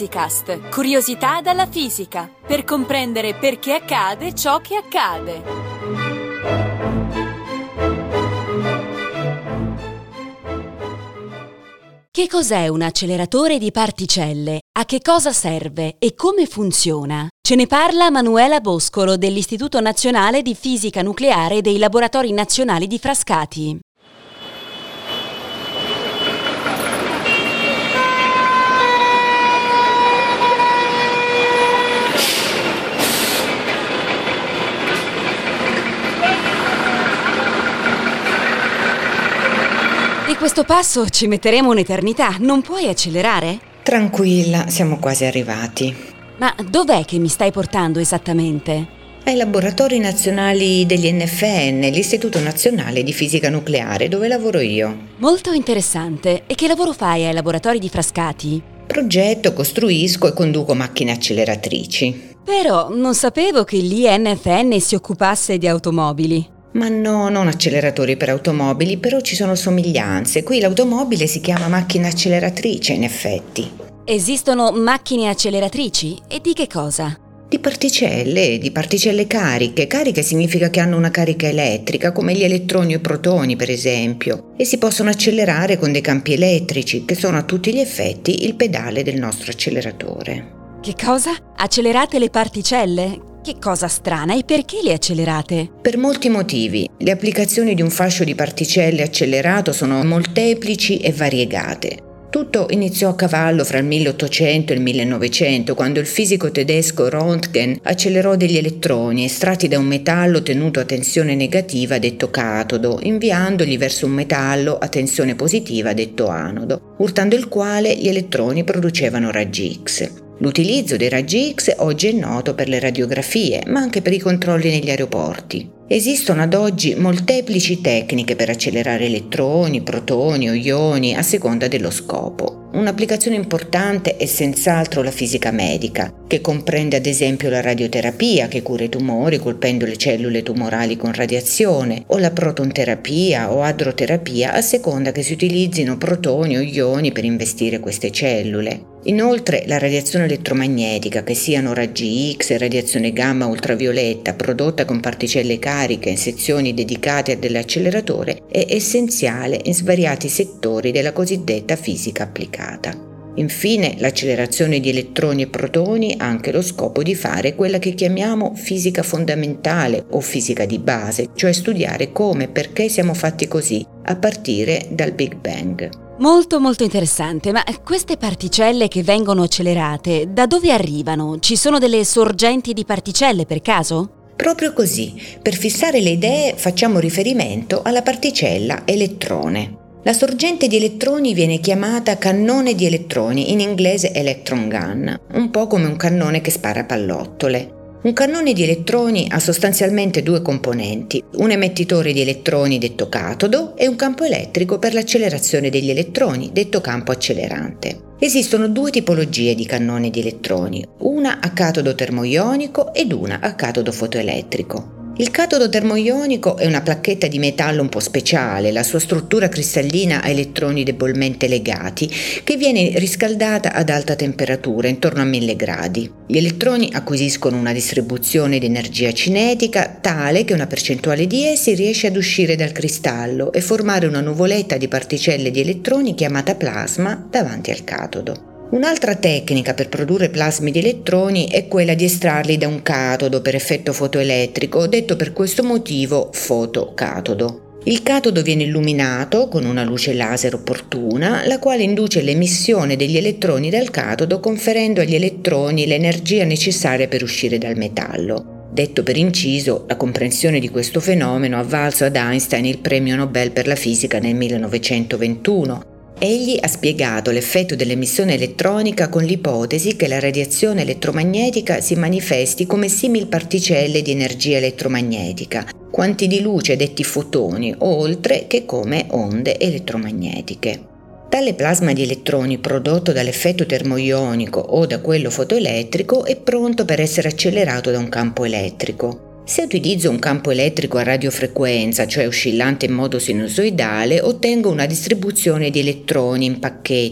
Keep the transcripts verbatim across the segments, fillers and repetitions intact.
Fisicast, curiosità dalla fisica, per comprendere perché accade ciò che accade. Che cos'è un acceleratore di particelle? A che cosa serve e come funziona? Ce ne parla Manuela Boscolo dell'Istituto Nazionale di Fisica Nucleare dei Laboratori Nazionali di Frascati. Di questo passo ci metteremo un'eternità, non puoi accelerare? Tranquilla, siamo quasi arrivati. Ma dov'è che mi stai portando esattamente? Ai laboratori nazionali degli N F N, l'Istituto Nazionale di Fisica Nucleare, dove lavoro io. Molto interessante. E che lavoro fai ai laboratori di Frascati? Progetto, costruisco e conduco macchine acceleratrici. Però non sapevo che l'I N F N si occupasse di automobili. Ma no, non acceleratori per automobili, però ci sono somiglianze. Qui l'automobile si chiama macchina acceleratrice, in effetti. Esistono macchine acceleratrici? E di che cosa? Di particelle, di particelle cariche. Cariche significa che hanno una carica elettrica, come gli elettroni o i protoni, per esempio, e si possono accelerare con dei campi elettrici, che sono a tutti gli effetti il pedale del nostro acceleratore. Che cosa? Accelerate le particelle? Che cosa strana, e perché le accelerate? Per molti motivi. Le applicazioni di un fascio di particelle accelerato sono molteplici e variegate. Tutto iniziò a cavallo fra il milleottocento e il millenovecento, quando il fisico tedesco Röntgen accelerò degli elettroni estratti da un metallo tenuto a tensione negativa detto catodo, inviandoli verso un metallo a tensione positiva detto anodo, urtando il quale gli elettroni producevano raggi X. L'utilizzo dei raggi X oggi è noto per le radiografie, ma anche per i controlli negli aeroporti. Esistono ad oggi molteplici tecniche per accelerare elettroni, protoni o ioni a seconda dello scopo. Un'applicazione importante è senz'altro la fisica medica, che comprende ad esempio la radioterapia, che cura i tumori colpendo le cellule tumorali con radiazione, o la protonterapia o adroterapia a seconda che si utilizzino protoni o ioni per investire queste cellule. Inoltre la radiazione elettromagnetica, che siano raggi X e radiazione gamma ultravioletta prodotta con particelle cariche in sezioni dedicate dell'acceleratore, è essenziale in svariati settori della cosiddetta fisica applicata. Infine, l'accelerazione di elettroni e protoni ha anche lo scopo di fare quella che chiamiamo fisica fondamentale o fisica di base, cioè studiare come e perché siamo fatti così, a partire dal Big Bang. Molto molto interessante, ma queste particelle che vengono accelerate, da dove arrivano? Ci sono delle sorgenti di particelle per caso? Proprio così, per fissare le idee facciamo riferimento alla particella elettrone. La sorgente di elettroni viene chiamata cannone di elettroni, in inglese electron gun, un po' come un cannone che spara pallottole. Un cannone di elettroni ha sostanzialmente due componenti, un emettitore di elettroni detto catodo e un campo elettrico per l'accelerazione degli elettroni detto campo accelerante. Esistono due tipologie di cannone di elettroni, una a catodo termoionico ed una a catodo fotoelettrico. Il catodo termoionico è una placchetta di metallo un po' speciale, la sua struttura cristallina ha elettroni debolmente legati, che viene riscaldata ad alta temperatura, intorno a mille gradi. Gli elettroni acquisiscono una distribuzione di energia cinetica tale che una percentuale di essi riesce ad uscire dal cristallo e formare una nuvoletta di particelle di elettroni chiamata plasma davanti al catodo. Un'altra tecnica per produrre plasmi di elettroni è quella di estrarli da un catodo per effetto fotoelettrico, detto per questo motivo fotocatodo. Il catodo viene illuminato con una luce laser opportuna, la quale induce l'emissione degli elettroni dal catodo, conferendo agli elettroni l'energia necessaria per uscire dal metallo. Detto per inciso, la comprensione di questo fenomeno ha valso ad Einstein il premio Nobel per la fisica nel millenovecentoventuno. Egli ha spiegato l'effetto dell'emissione elettronica con l'ipotesi che la radiazione elettromagnetica si manifesti come similparticelle di energia elettromagnetica, quanti di luce detti fotoni, oltre che come onde elettromagnetiche. Tale plasma di elettroni prodotto dall'effetto termoionico o da quello fotoelettrico è pronto per essere accelerato da un campo elettrico. Se utilizzo un campo elettrico a radiofrequenza, cioè oscillante in modo sinusoidale, ottengo una distribuzione di elettroni in pacchetti,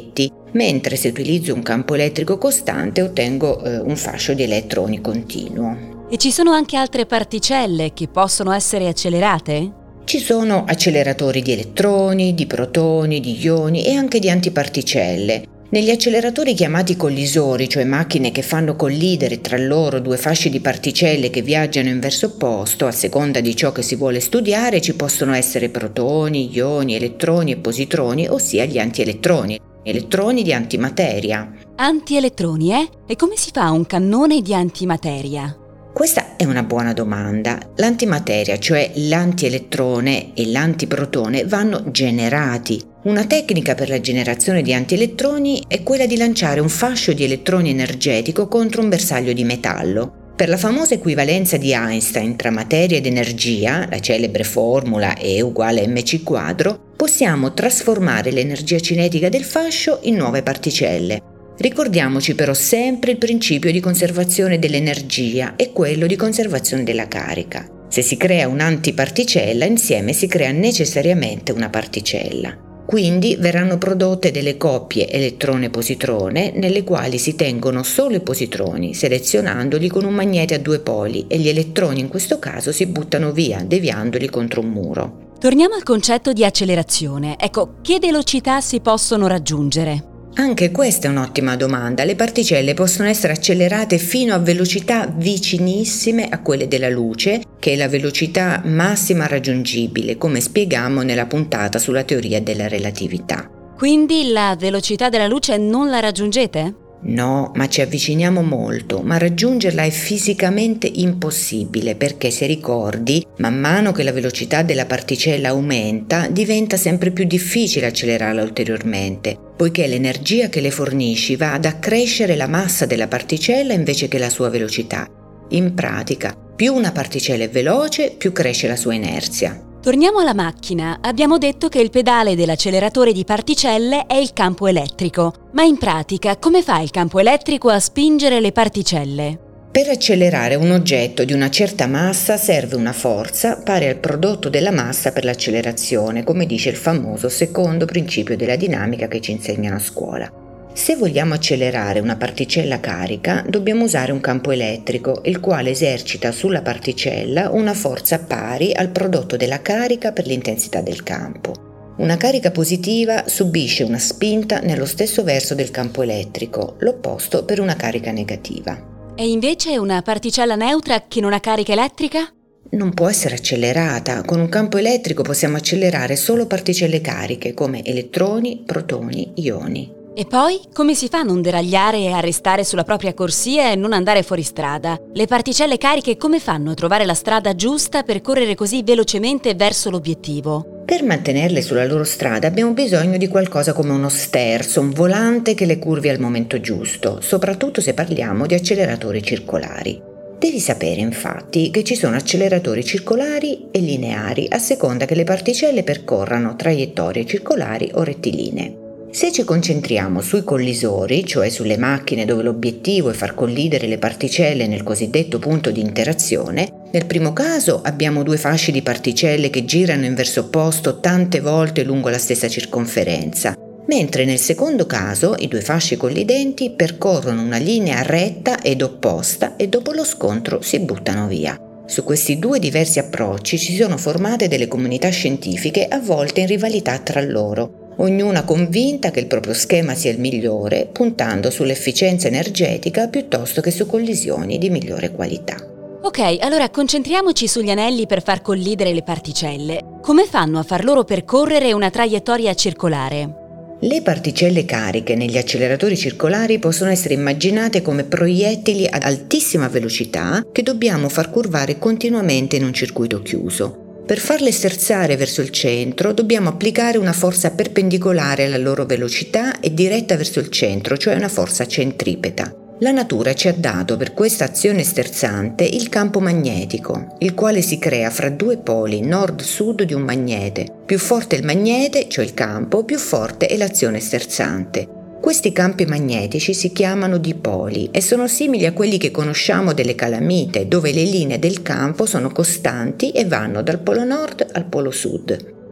mentre se utilizzo un campo elettrico costante ottengo eh, un fascio di elettroni continuo. E ci sono anche altre particelle che possono essere accelerate? Ci sono acceleratori di elettroni, di protoni, di ioni e anche di antiparticelle. Negli acceleratori chiamati collisori, cioè macchine che fanno collidere tra loro due fasci di particelle che viaggiano in verso opposto, a seconda di ciò che si vuole studiare, ci possono essere protoni, ioni, elettroni e positroni, ossia gli antielettroni, elettroni di antimateria. Antielettroni, eh? E come si fa un cannone di antimateria? Questa è una buona domanda. L'antimateria, cioè l'antielettrone e l'antiprotone, vanno generati. Una tecnica per la generazione di antielettroni è quella di lanciare un fascio di elettroni energetico contro un bersaglio di metallo. Per la famosa equivalenza di Einstein tra materia ed energia, la celebre formula E uguale mc quadro, possiamo trasformare l'energia cinetica del fascio in nuove particelle. Ricordiamoci però sempre il principio di conservazione dell'energia e quello di conservazione della carica. Se si crea un'antiparticella, insieme si crea necessariamente una particella. Quindi verranno prodotte delle coppie elettrone-positrone nelle quali si tengono solo i positroni, selezionandoli con un magnete a due poli, e gli elettroni in questo caso si buttano via, deviandoli contro un muro. Torniamo al concetto di accelerazione. Ecco, che velocità si possono raggiungere? Anche questa è un'ottima domanda. Le particelle possono essere accelerate fino a velocità vicinissime a quelle della luce, che è la velocità massima raggiungibile, come spiegammo nella puntata sulla teoria della relatività. Quindi la velocità della luce non la raggiungete? No, ma ci avviciniamo molto, ma raggiungerla è fisicamente impossibile perché, se ricordi, man mano che la velocità della particella aumenta, diventa sempre più difficile accelerarla ulteriormente, poiché l'energia che le fornisci va ad accrescere la massa della particella invece che la sua velocità. In pratica, più una particella è veloce, più cresce la sua inerzia. Torniamo alla macchina. Abbiamo detto che il pedale dell'acceleratore di particelle è il campo elettrico, ma in pratica come fa il campo elettrico a spingere le particelle? Per accelerare un oggetto di una certa massa serve una forza pari al prodotto della massa per l'accelerazione, come dice il famoso secondo principio della dinamica che ci insegnano a scuola. Se vogliamo accelerare una particella carica, dobbiamo usare un campo elettrico, il quale esercita sulla particella una forza pari al prodotto della carica per l'intensità del campo. Una carica positiva subisce una spinta nello stesso verso del campo elettrico, l'opposto per una carica negativa. E invece una particella neutra che non ha carica elettrica? Non può essere accelerata. Con un campo elettrico possiamo accelerare solo particelle cariche come elettroni, protoni, ioni. E poi, come si fa a non deragliare e a restare sulla propria corsia e non andare fuori strada? Le particelle cariche come fanno a trovare la strada giusta per correre così velocemente verso l'obiettivo? Per mantenerle sulla loro strada abbiamo bisogno di qualcosa come uno sterzo, un volante che le curvi al momento giusto, soprattutto se parliamo di acceleratori circolari. Devi sapere infatti che ci sono acceleratori circolari e lineari a seconda che le particelle percorrano traiettorie circolari o rettilinee. Se ci concentriamo sui collisori, cioè sulle macchine dove l'obiettivo è far collidere le particelle nel cosiddetto punto di interazione, nel primo caso abbiamo due fasci di particelle che girano in verso opposto tante volte lungo la stessa circonferenza, mentre nel secondo caso i due fasci collidenti percorrono una linea retta ed opposta e dopo lo scontro si buttano via. Su questi due diversi approcci si sono formate delle comunità scientifiche avvolte in rivalità tra loro, ognuna convinta che il proprio schema sia il migliore, puntando sull'efficienza energetica piuttosto che su collisioni di migliore qualità. Ok, allora concentriamoci sugli anelli per far collidere le particelle. Come fanno a far loro percorrere una traiettoria circolare? Le particelle cariche negli acceleratori circolari possono essere immaginate come proiettili ad altissima velocità che dobbiamo far curvare continuamente in un circuito chiuso. Per farle sterzare verso il centro dobbiamo applicare una forza perpendicolare alla loro velocità e diretta verso il centro, cioè una forza centripeta. La natura ci ha dato per questa azione sterzante il campo magnetico, il quale si crea fra due poli nord-sud di un magnete. Più forte il magnete, cioè il campo, più forte è l'azione sterzante. Questi campi magnetici si chiamano dipoli e sono simili a quelli che conosciamo delle calamite, dove le linee del campo sono costanti e vanno dal polo nord al polo sud.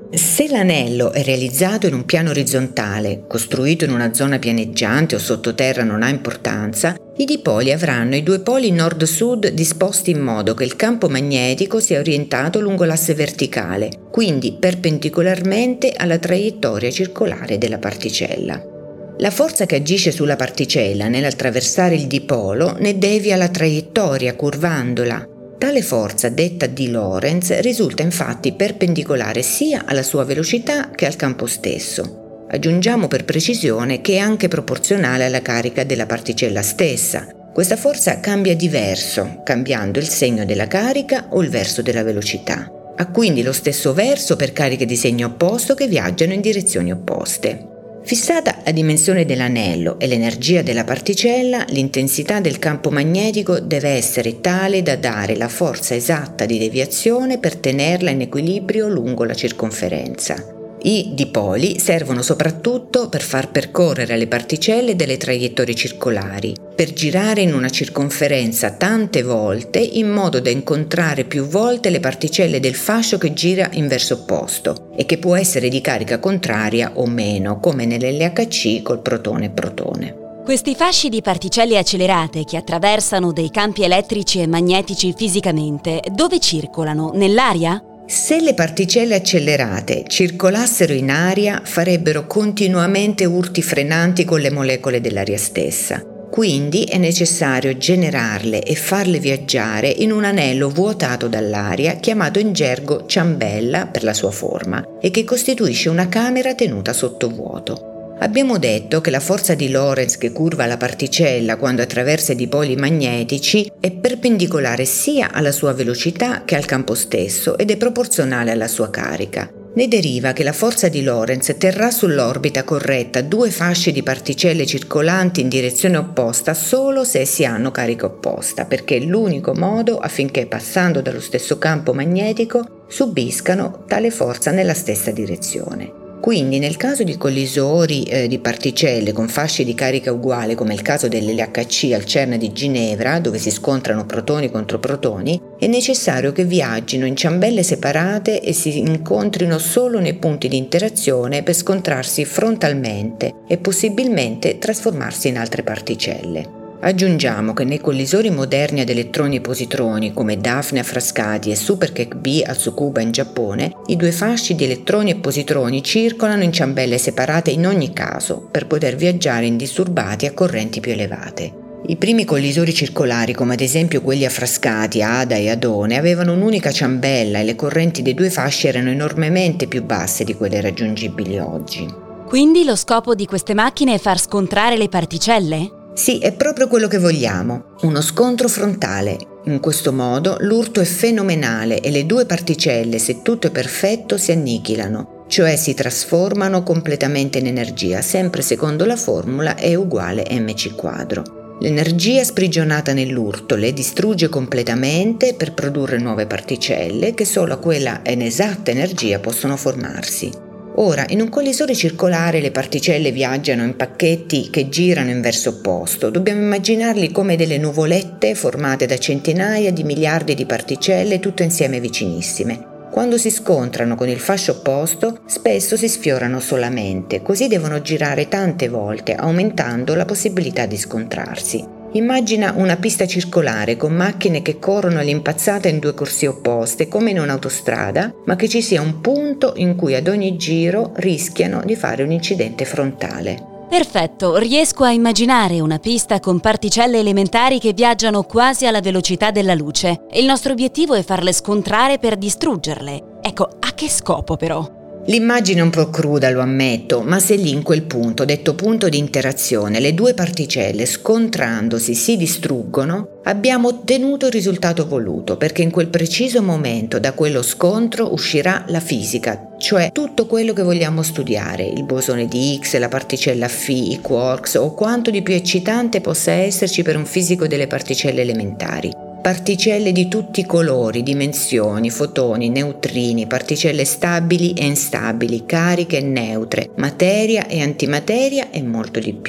Se l'anello è realizzato in un piano orizzontale, costruito in una zona pianeggiante o sottoterra non ha importanza, i dipoli avranno i due poli nord-sud disposti in modo che il campo magnetico sia orientato lungo l'asse verticale, quindi perpendicolarmente alla traiettoria circolare della particella. La forza che agisce sulla particella nell'attraversare il dipolo ne devia la traiettoria curvandola. Tale forza, detta di Lorentz, risulta infatti perpendicolare sia alla sua velocità che al campo stesso. Aggiungiamo per precisione che è anche proporzionale alla carica della particella stessa. Questa forza cambia di verso, cambiando il segno della carica o il verso della velocità. Ha quindi lo stesso verso per cariche di segno opposto che viaggiano in direzioni opposte. Fissata la dimensione dell'anello e l'energia della particella, l'intensità del campo magnetico deve essere tale da dare la forza esatta di deviazione per tenerla in equilibrio lungo la circonferenza. I dipoli servono soprattutto per far percorrere alle particelle delle traiettorie circolari, per girare in una circonferenza tante volte in modo da incontrare più volte le particelle del fascio che gira in verso opposto e che può essere di carica contraria o meno, come nell'L H C col protone e protone. Questi fasci di particelle accelerate che attraversano dei campi elettrici e magnetici fisicamente, dove circolano? Nell'aria? Se le particelle accelerate circolassero in aria, farebbero continuamente urti frenanti con le molecole dell'aria stessa. Quindi è necessario generarle e farle viaggiare in un anello vuotato dall'aria, chiamato in gergo ciambella per la sua forma, e che costituisce una camera tenuta sotto vuoto. Abbiamo detto che la forza di Lorentz che curva la particella quando attraversa i dipoli magnetici è perpendicolare sia alla sua velocità che al campo stesso ed è proporzionale alla sua carica. Ne deriva che la forza di Lorentz terrà sull'orbita corretta due fasci di particelle circolanti in direzione opposta solo se essi hanno carica opposta, perché è l'unico modo affinché passando dallo stesso campo magnetico subiscano tale forza nella stessa direzione. Quindi nel caso di collisori eh, di particelle con fasci di carica uguale, come il caso dell'L H C al CERN di Ginevra, dove si scontrano protoni contro protoni, è necessario che viaggino in ciambelle separate e si incontrino solo nei punti di interazione per scontrarsi frontalmente e possibilmente trasformarsi in altre particelle. Aggiungiamo che nei collisori moderni ad elettroni e positroni come Daphne a Frascati e Super-Keck B a Tsukuba in Giappone, i due fasci di elettroni e positroni circolano in ciambelle separate in ogni caso per poter viaggiare indisturbati a correnti più elevate. I primi collisori circolari, come ad esempio quelli a Frascati, Ada e Adone, avevano un'unica ciambella e le correnti dei due fasci erano enormemente più basse di quelle raggiungibili oggi. Quindi lo scopo di queste macchine è far scontrare le particelle? Sì, è proprio quello che vogliamo, uno scontro frontale. In questo modo l'urto è fenomenale e le due particelle, se tutto è perfetto, si annichilano, cioè si trasformano completamente in energia, sempre secondo la formula E uguale mc quadro. L'energia sprigionata nell'urto le distrugge completamente per produrre nuove particelle che solo a quella inesatta energia possono formarsi. Ora, in un collisore circolare le particelle viaggiano in pacchetti che girano in verso opposto. Dobbiamo immaginarli come delle nuvolette formate da centinaia di miliardi di particelle tutte insieme vicinissime. Quando si scontrano con il fascio opposto, spesso si sfiorano solamente, così devono girare tante volte, aumentando la possibilità di scontrarsi. Immagina una pista circolare con macchine che corrono all'impazzata in due corsie opposte, come in un'autostrada, ma che ci sia un punto in cui ad ogni giro rischiano di fare un incidente frontale. Perfetto, riesco a immaginare una pista con particelle elementari che viaggiano quasi alla velocità della luce. Il nostro obiettivo è farle scontrare per distruggerle. Ecco, a che scopo però? L'immagine è un po' cruda, lo ammetto, ma se lì in quel punto, detto punto di interazione, le due particelle scontrandosi si distruggono, abbiamo ottenuto il risultato voluto, perché in quel preciso momento da quello scontro uscirà la fisica, cioè tutto quello che vogliamo studiare, il bosone di Higgs, la particella Φ, i quarks o quanto di più eccitante possa esserci per un fisico delle particelle elementari. Particelle di tutti i colori, dimensioni, fotoni, neutrini, particelle stabili e instabili, cariche e neutre, materia e antimateria e molto di più.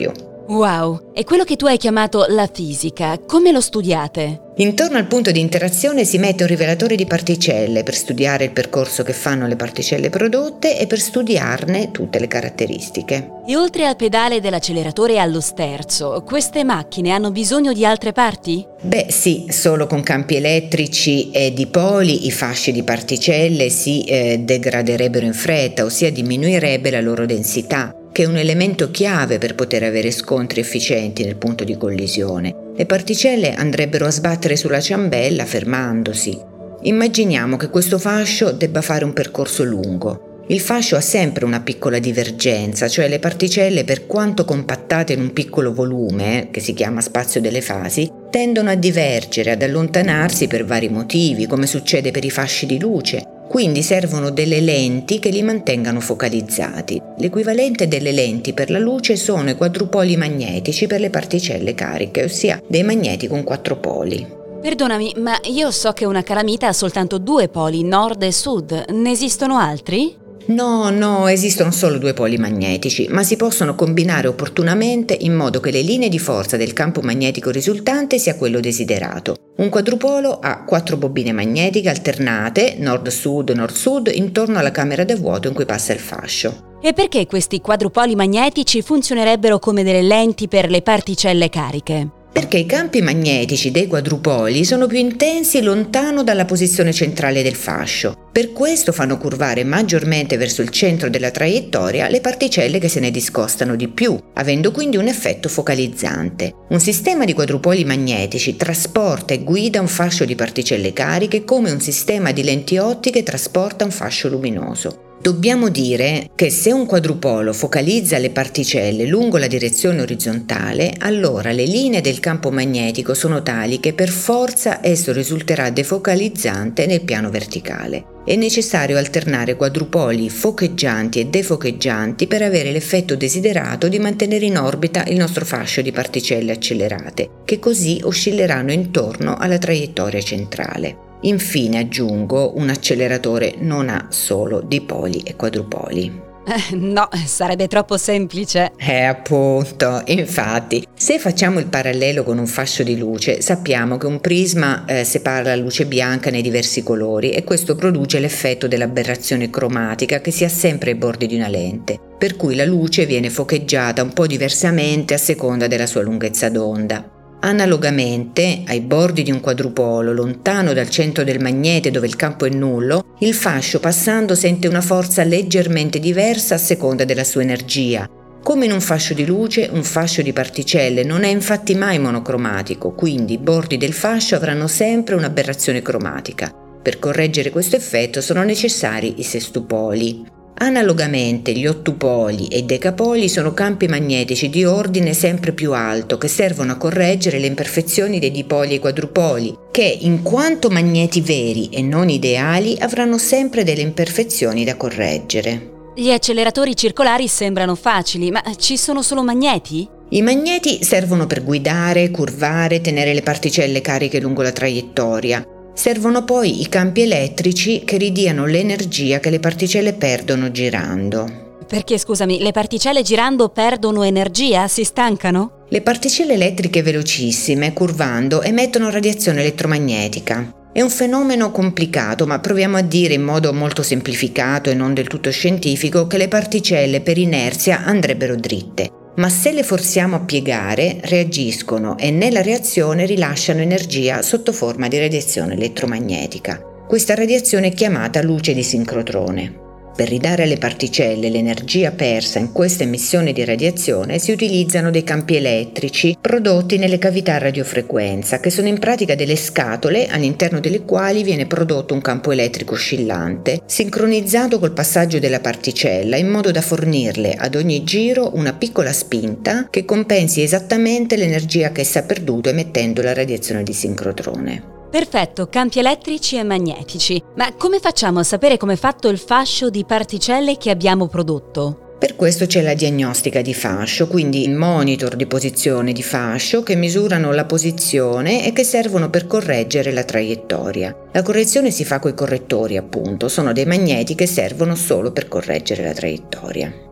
Wow, e quello che tu hai chiamato la fisica, come lo studiate? Intorno al punto di interazione si mette un rivelatore di particelle per studiare il percorso che fanno le particelle prodotte e per studiarne tutte le caratteristiche. E oltre al pedale dell'acceleratore e allo sterzo, queste macchine hanno bisogno di altre parti? Beh sì, solo con campi elettrici e dipoli i fasci di particelle si eh, degraderebbero in fretta, ossia diminuirebbe la loro densità, che è un elemento chiave per poter avere scontri efficienti nel punto di collisione. Le particelle andrebbero a sbattere sulla ciambella fermandosi. Immaginiamo che questo fascio debba fare un percorso lungo. Il fascio ha sempre una piccola divergenza, cioè le particelle, per quanto compattate in un piccolo volume, che si chiama spazio delle fasi, tendono a divergere, ad allontanarsi per vari motivi, come succede per i fasci di luce. Quindi servono delle lenti che li mantengano focalizzati. L'equivalente delle lenti per la luce sono i quadrupoli magnetici per le particelle cariche, ossia dei magneti con quattro poli. Perdonami, ma io so che una calamita ha soltanto due poli, nord e sud. Ne esistono altri? No, no, esistono solo due poli magnetici, ma si possono combinare opportunamente in modo che le linee di forza del campo magnetico risultante sia quello desiderato. Un quadrupolo ha quattro bobine magnetiche alternate, nord-sud, nord-sud, intorno alla camera da vuoto in cui passa il fascio. E perché questi quadrupoli magnetici funzionerebbero come delle lenti per le particelle cariche? Perché i campi magnetici dei quadrupoli sono più intensi lontano dalla posizione centrale del fascio. Per questo fanno curvare maggiormente verso il centro della traiettoria le particelle che se ne discostano di più, avendo quindi un effetto focalizzante. Un sistema di quadrupoli magnetici trasporta e guida un fascio di particelle cariche come un sistema di lenti ottiche trasporta un fascio luminoso. Dobbiamo dire che se un quadrupolo focalizza le particelle lungo la direzione orizzontale, allora le linee del campo magnetico sono tali che per forza esso risulterà defocalizzante nel piano verticale. È necessario alternare quadrupoli focheggianti e defocheggianti per avere l'effetto desiderato di mantenere in orbita il nostro fascio di particelle accelerate, che così oscilleranno intorno alla traiettoria centrale. Infine aggiungo, un acceleratore non ha solo dipoli e quadrupoli. Eh, no, sarebbe troppo semplice. Eh, appunto, infatti, se facciamo il parallelo con un fascio di luce, sappiamo che un prisma eh, separa la luce bianca nei diversi colori e questo produce l'effetto dell'aberrazione cromatica che si ha sempre ai bordi di una lente, per cui la luce viene focheggiata un po' diversamente a seconda della sua lunghezza d'onda. Analogamente, ai bordi di un quadrupolo, lontano dal centro del magnete dove il campo è nullo, il fascio passando sente una forza leggermente diversa a seconda della sua energia. Come in un fascio di luce, un fascio di particelle non è infatti mai monocromatico, quindi i bordi del fascio avranno sempre un'aberrazione cromatica. Per correggere questo effetto sono necessari i sestupoli. Analogamente gli ottupoli e i decapoli sono campi magnetici di ordine sempre più alto che servono a correggere le imperfezioni dei dipoli e quadrupoli, che in quanto magneti veri e non ideali avranno sempre delle imperfezioni da correggere. Gli acceleratori circolari sembrano facili, ma ci sono solo magneti? I magneti servono per guidare, curvare, tenere le particelle cariche lungo la traiettoria. Servono poi i campi elettrici che ridiano l'energia che le particelle perdono girando. Perché, scusami, le particelle girando perdono energia? Si stancano? Le particelle elettriche velocissime, curvando, emettono radiazione elettromagnetica. È un fenomeno complicato, ma proviamo a dire in modo molto semplificato e non del tutto scientifico che le particelle per inerzia andrebbero dritte. Ma se le forziamo a piegare, reagiscono e nella reazione rilasciano energia sotto forma di radiazione elettromagnetica. Questa radiazione è chiamata luce di sincrotrone. Per ridare alle particelle l'energia persa in questa emissione di radiazione si utilizzano dei campi elettrici prodotti nelle cavità a radiofrequenza, che sono in pratica delle scatole all'interno delle quali viene prodotto un campo elettrico oscillante, sincronizzato col passaggio della particella in modo da fornirle ad ogni giro una piccola spinta che compensi esattamente l'energia che essa ha perduto emettendo la radiazione di sincrotrone. Perfetto, campi elettrici e magnetici. Ma come facciamo a sapere come è fatto il fascio di particelle che abbiamo prodotto? Per questo c'è la diagnostica di fascio, quindi il monitor di posizione di fascio che misurano la posizione e che servono per correggere la traiettoria. La correzione si fa coi correttori, appunto, sono dei magneti che servono solo per correggere la traiettoria.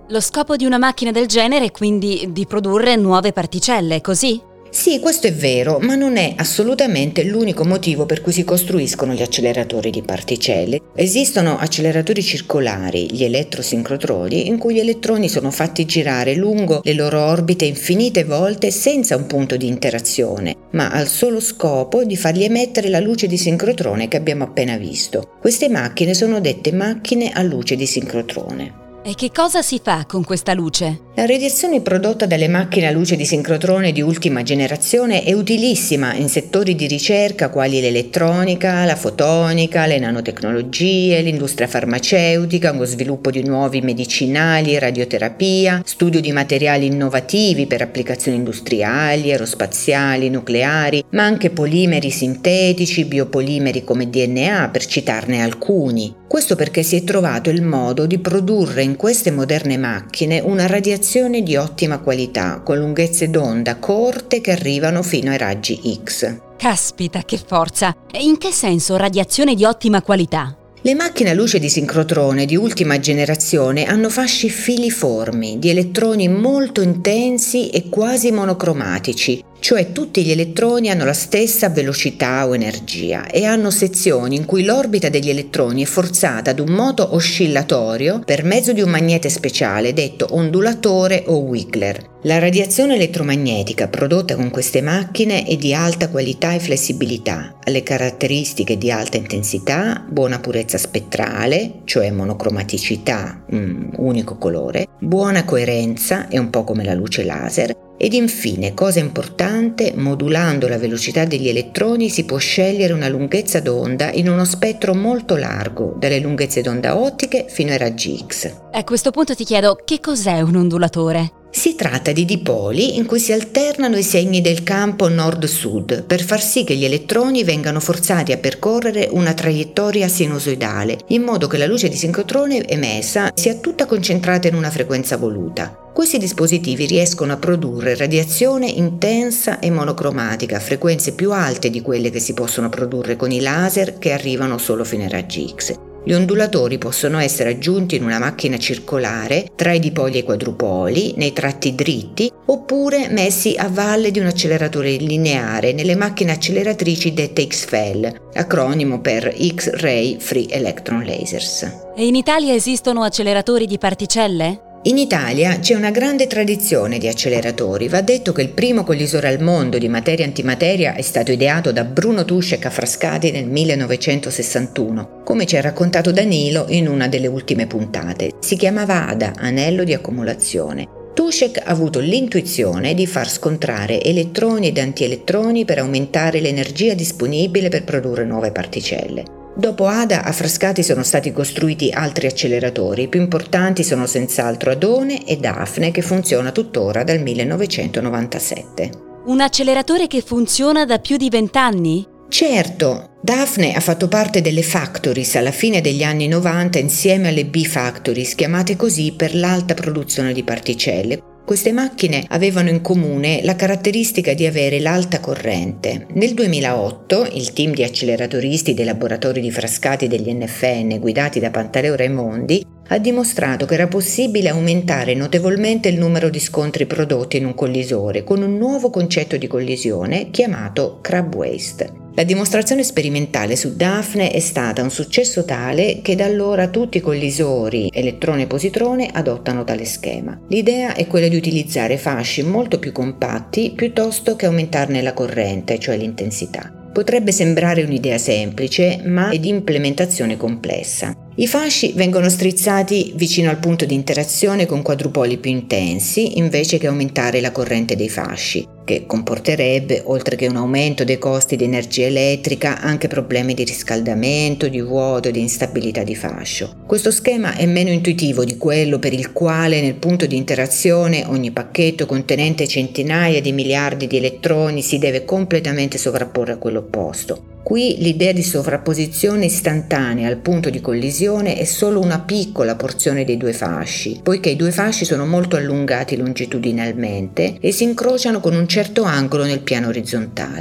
Lo scopo di una macchina del genere è quindi di produrre nuove particelle, così? Sì, questo è vero, ma non è assolutamente l'unico motivo per cui si costruiscono gli acceleratori di particelle. Esistono acceleratori circolari, gli elettrosincrotroni, in cui gli elettroni sono fatti girare lungo le loro orbite infinite volte senza un punto di interazione, ma al solo scopo di fargli emettere la luce di sincrotrone che abbiamo appena visto. Queste macchine sono dette macchine a luce di sincrotrone. E che cosa si fa con questa luce? La radiazione prodotta dalle macchine a luce di sincrotrone di ultima generazione è utilissima in settori di ricerca quali l'elettronica, la fotonica, le nanotecnologie, l'industria farmaceutica, lo sviluppo di nuovi medicinali, radioterapia, studio di materiali innovativi per applicazioni industriali, aerospaziali, nucleari, ma anche polimeri sintetici, biopolimeri come D N A, per citarne alcuni. Questo perché si è trovato il modo di produrre in queste moderne macchine una radiazione di ottima qualità, con lunghezze d'onda corte che arrivano fino ai raggi X. Caspita, che forza! E in che senso radiazione di ottima qualità? Le macchine a luce di sincrotrone di ultima generazione hanno fasci filiformi di elettroni molto intensi e quasi monocromatici, cioè tutti gli elettroni hanno la stessa velocità o energia e hanno sezioni in cui l'orbita degli elettroni è forzata ad un moto oscillatorio per mezzo di un magnete speciale detto ondulatore o Wiggler. La radiazione elettromagnetica prodotta con queste macchine è di alta qualità e flessibilità, ha le caratteristiche di alta intensità, buona purezza spettrale, cioè monocromaticità, un unico colore, buona coerenza, è un po' come la luce laser, ed infine, cosa importante, modulando la velocità degli elettroni si può scegliere una lunghezza d'onda in uno spettro molto largo, dalle lunghezze d'onda ottiche fino ai raggi X. A questo punto ti chiedo, che cos'è un ondulatore? Si tratta di dipoli in cui si alternano i segni del campo nord-sud per far sì che gli elettroni vengano forzati a percorrere una traiettoria sinusoidale, in modo che la luce di sincrotrone emessa sia tutta concentrata in una frequenza voluta. Questi dispositivi riescono a produrre radiazione intensa e monocromatica a frequenze più alte di quelle che si possono produrre con i laser che arrivano solo fino ai raggi X. Gli ondulatori possono essere aggiunti in una macchina circolare tra i dipoli e i quadrupoli, nei tratti dritti, oppure messi a valle di un acceleratore lineare nelle macchine acceleratrici dette X F E L, acronimo per X-Ray Free Electron Lasers. E in Italia esistono acceleratori di particelle? In Italia c'è una grande tradizione di acceleratori. Va detto che il primo collisore al mondo di materia-antimateria è stato ideato da Bruno Tušek a Frascati nel millenovecentosessantuno, come ci ha raccontato Danilo in una delle ultime puntate. Si chiamava A D A, anello di accumulazione. Tušek ha avuto l'intuizione di far scontrare elettroni ed antielettroni per aumentare l'energia disponibile per produrre nuove particelle. Dopo A D A, a Frascati sono stati costruiti altri acceleratori, i più importanti sono senz'altro Adone e Daphne, che funziona tuttora dal millenovecentonovantasette. Un acceleratore che funziona da più di vent'anni? Certo, Daphne ha fatto parte delle Factories alla fine degli anni novanta insieme alle B-Factories, chiamate così per l'alta produzione di particelle. Queste macchine avevano in comune la caratteristica di avere l'alta corrente. Nel duemilaotto il team di acceleratoristi dei laboratori di Frascati degli N F N, guidati da Pantaleo Raimondi, ha dimostrato che era possibile aumentare notevolmente il numero di scontri prodotti in un collisore con un nuovo concetto di collisione chiamato crab waste. La dimostrazione sperimentale su Daphne è stata un successo tale che da allora tutti i collisori elettrone e positrone adottano tale schema. L'idea è quella di utilizzare fasci molto più compatti piuttosto che aumentarne la corrente, cioè l'intensità. Potrebbe sembrare un'idea semplice, ma è di implementazione complessa. I fasci vengono strizzati vicino al punto di interazione con quadrupoli più intensi, invece che aumentare la corrente dei fasci, che comporterebbe, oltre che un aumento dei costi di energia elettrica, anche problemi di riscaldamento, di vuoto e di instabilità di fascio. Questo schema è meno intuitivo di quello per il quale nel punto di interazione ogni pacchetto contenente centinaia di miliardi di elettroni si deve completamente sovrapporre a quello opposto. Qui l'idea di sovrapposizione istantanea al punto di collisione è solo una piccola porzione dei due fasci, poiché i due fasci sono molto allungati longitudinalmente e si incrociano con un certo angolo nel piano orizzontale.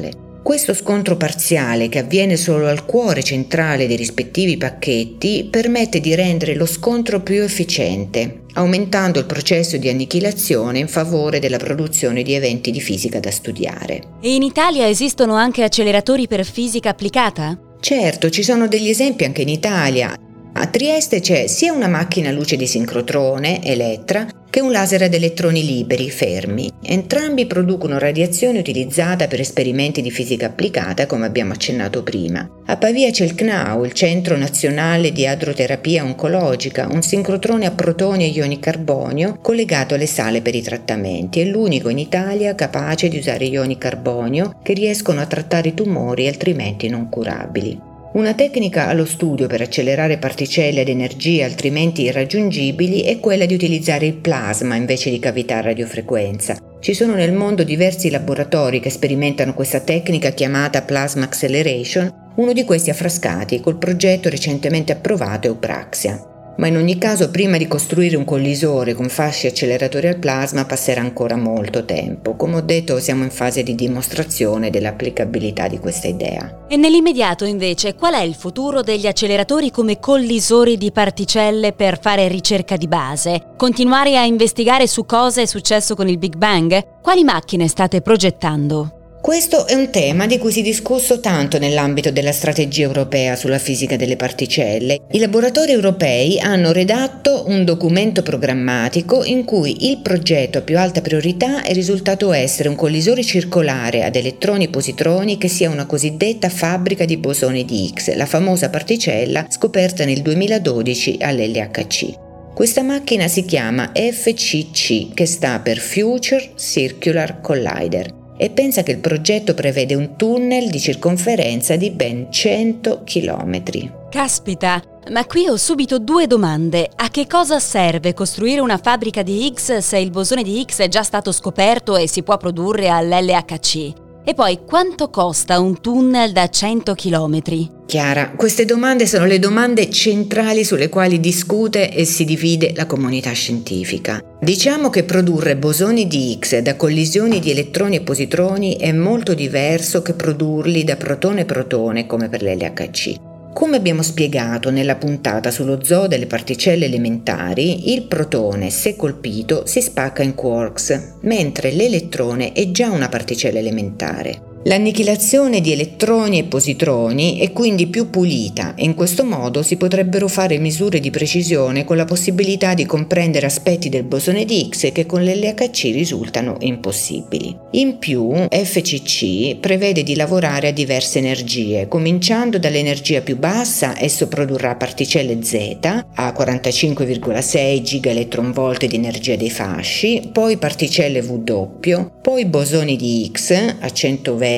Questo scontro parziale, che avviene solo al cuore centrale dei rispettivi pacchetti, permette di rendere lo scontro più efficiente, aumentando il processo di annichilazione in favore della produzione di eventi di fisica da studiare. E in Italia esistono anche acceleratori per fisica applicata? Certo, ci sono degli esempi anche in Italia. A Trieste c'è sia una macchina a luce di sincrotrone, Elettra, che un laser ad elettroni liberi, fermi. Entrambi producono radiazione utilizzata per esperimenti di fisica applicata, come abbiamo accennato prima. A Pavia c'è il C N A U, il Centro Nazionale di Adroterapia Oncologica, un sincrotrone a protoni e ioni carbonio collegato alle sale per i trattamenti. È l'unico in Italia capace di usare ioni carbonio che riescono a trattare i tumori altrimenti non curabili. Una tecnica allo studio per accelerare particelle ad energie altrimenti irraggiungibili è quella di utilizzare il plasma invece di cavità a radiofrequenza. Ci sono nel mondo diversi laboratori che sperimentano questa tecnica chiamata Plasma Acceleration, uno di questi a Frascati col progetto recentemente approvato Eupraxia. Ma in ogni caso, prima di costruire un collisore con fasci acceleratori al plasma passerà ancora molto tempo. Come ho detto, siamo in fase di dimostrazione dell'applicabilità di questa idea. E nell'immediato, invece, qual è il futuro degli acceleratori come collisori di particelle per fare ricerca di base? Continuare a investigare su cosa è successo con il Big Bang? Quali macchine state progettando? Questo è un tema di cui si è discusso tanto nell'ambito della strategia europea sulla fisica delle particelle. I laboratori europei hanno redatto un documento programmatico in cui il progetto a più alta priorità è risultato essere un collisore circolare ad elettroni-positroni che sia una cosiddetta fabbrica di bosoni di Higgs, la famosa particella scoperta nel duemiladodici all'L H C. Questa macchina si chiama F C C, che sta per Future Circular Collider. E pensa che il progetto prevede un tunnel di circonferenza di ben cento chilometri. Caspita, ma qui ho subito due domande. A che cosa serve costruire una fabbrica di Higgs se il bosone di Higgs è già stato scoperto e si può produrre all'L H C? E poi, quanto costa un tunnel da cento chilometri? Chiara, queste domande sono le domande centrali sulle quali discute e si divide la comunità scientifica. Diciamo che produrre bosoni di Higgs da collisioni di elettroni e positroni è molto diverso che produrli da protone-protone come per l'L H C. Come abbiamo spiegato nella puntata sullo zoo delle particelle elementari, il protone, se colpito, si spacca in quarks, mentre l'elettrone è già una particella elementare. L'annichilazione di elettroni e positroni è quindi più pulita e in questo modo si potrebbero fare misure di precisione con la possibilità di comprendere aspetti del bosone di Higgs che con l'L H C risultano impossibili. In più, F C C prevede di lavorare a diverse energie. Cominciando dall'energia più bassa, esso produrrà particelle Z a quarantacinque virgola sei gigaelectronvolt di energia dei fasci, poi particelle W, poi bosoni di Higgs a centoventi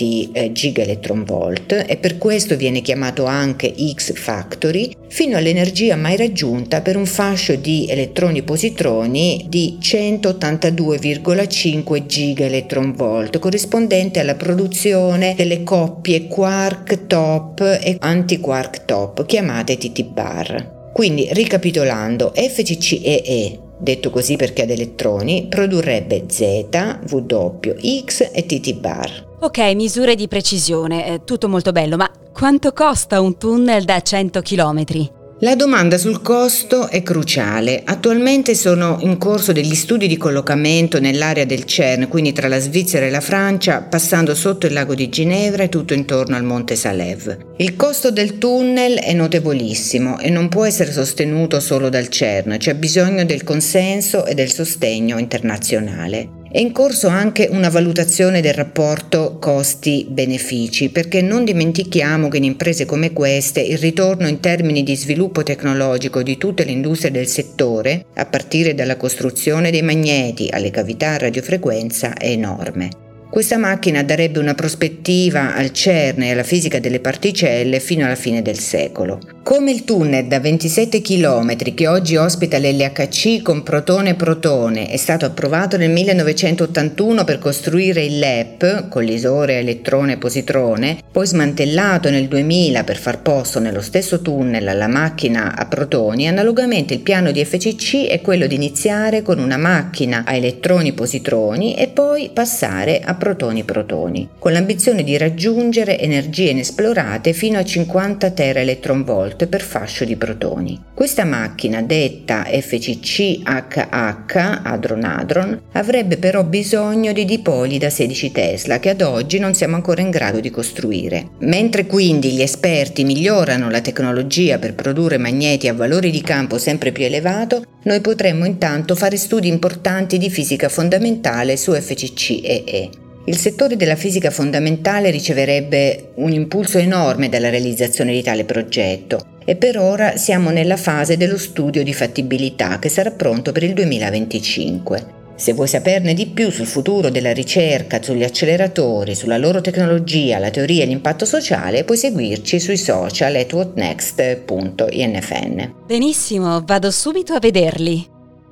gigaelectronvolt e per questo viene chiamato anche Higgs Factory, fino all'energia mai raggiunta per un fascio di elettroni-positroni di centottantadue virgola cinque gigaelectronvolt, corrispondente alla produzione delle coppie quark top e antiquark top, chiamate T T bar. Quindi, ricapitolando, F C C E E, detto così perché ad elettroni, produrrebbe Z, W, X e T T bar. Ok, misure di precisione, eh, tutto molto bello, ma quanto costa un tunnel da cento chilometri? La domanda sul costo è cruciale. Attualmente sono in corso degli studi di collocamento nell'area del C E R N, quindi tra la Svizzera e la Francia, passando sotto il lago di Ginevra e tutto intorno al Monte Salève. Il costo del tunnel è notevolissimo e non può essere sostenuto solo dal C E R N, c'è bisogno del consenso e del sostegno internazionale. È in corso anche una valutazione del rapporto costi-benefici, perché non dimentichiamo che in imprese come queste il ritorno in termini di sviluppo tecnologico di tutte le industrie del settore, a partire dalla costruzione dei magneti alle cavità a radiofrequenza, è enorme. Questa macchina darebbe una prospettiva al C E R N e alla fisica delle particelle fino alla fine del secolo. Come il tunnel da ventisette chilometri che oggi ospita l'L H C con protone-protone è stato approvato nel millenovecentottantuno per costruire il L E P, collisore elettrone-positrone, poi smantellato nel duemila per far posto nello stesso tunnel alla macchina a protoni, analogamente il piano di F C C è quello di iniziare con una macchina a elettroni-positroni e poi passare a protoni-protoni, con l'ambizione di raggiungere energie inesplorate fino a cinquanta teraelectronvolt per fascio di protoni. Questa macchina, detta F C C H H, Hadron-Hadron, avrebbe però bisogno di dipoli da sedici Tesla che ad oggi non siamo ancora in grado di costruire. Mentre quindi gli esperti migliorano la tecnologia per produrre magneti a valori di campo sempre più elevato, noi potremmo intanto fare studi importanti di fisica fondamentale su F C C e E. Il settore della fisica fondamentale riceverebbe un impulso enorme dalla realizzazione di tale progetto e per ora siamo nella fase dello studio di fattibilità che sarà pronto per il duemilaventicinque. Se vuoi saperne di più sul futuro della ricerca, sugli acceleratori, sulla loro tecnologia, la teoria e l'impatto sociale, puoi seguirci sui social at whatnext punto infn. Benissimo, vado subito a vederli.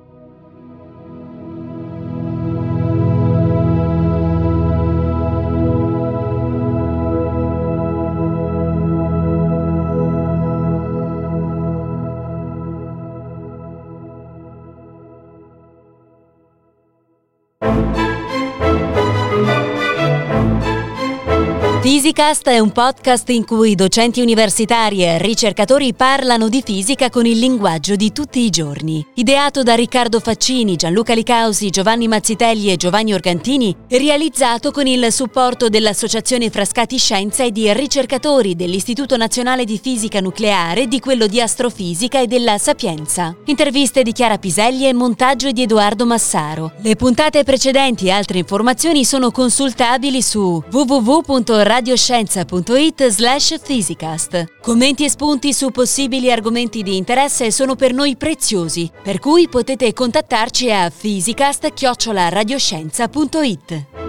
Physicast è un podcast in cui docenti universitari e ricercatori parlano di fisica con il linguaggio di tutti i giorni. Ideato da Riccardo Faccini, Gianluca Licausi, Giovanni Mazzitelli e Giovanni Organtini, realizzato con il supporto dell'Associazione Frascati Scienza e di ricercatori dell'Istituto Nazionale di Fisica Nucleare, di quello di Astrofisica e della Sapienza. Interviste di Chiara Piselli e montaggio di Edoardo Massaro. Le puntate precedenti e altre informazioni sono consultabili su w w w punto radioscienza punto it slash physicast. Commenti e spunti su possibili argomenti di interesse sono per noi preziosi, per cui potete contattarci a physicast chiocciola radioscienza punto it.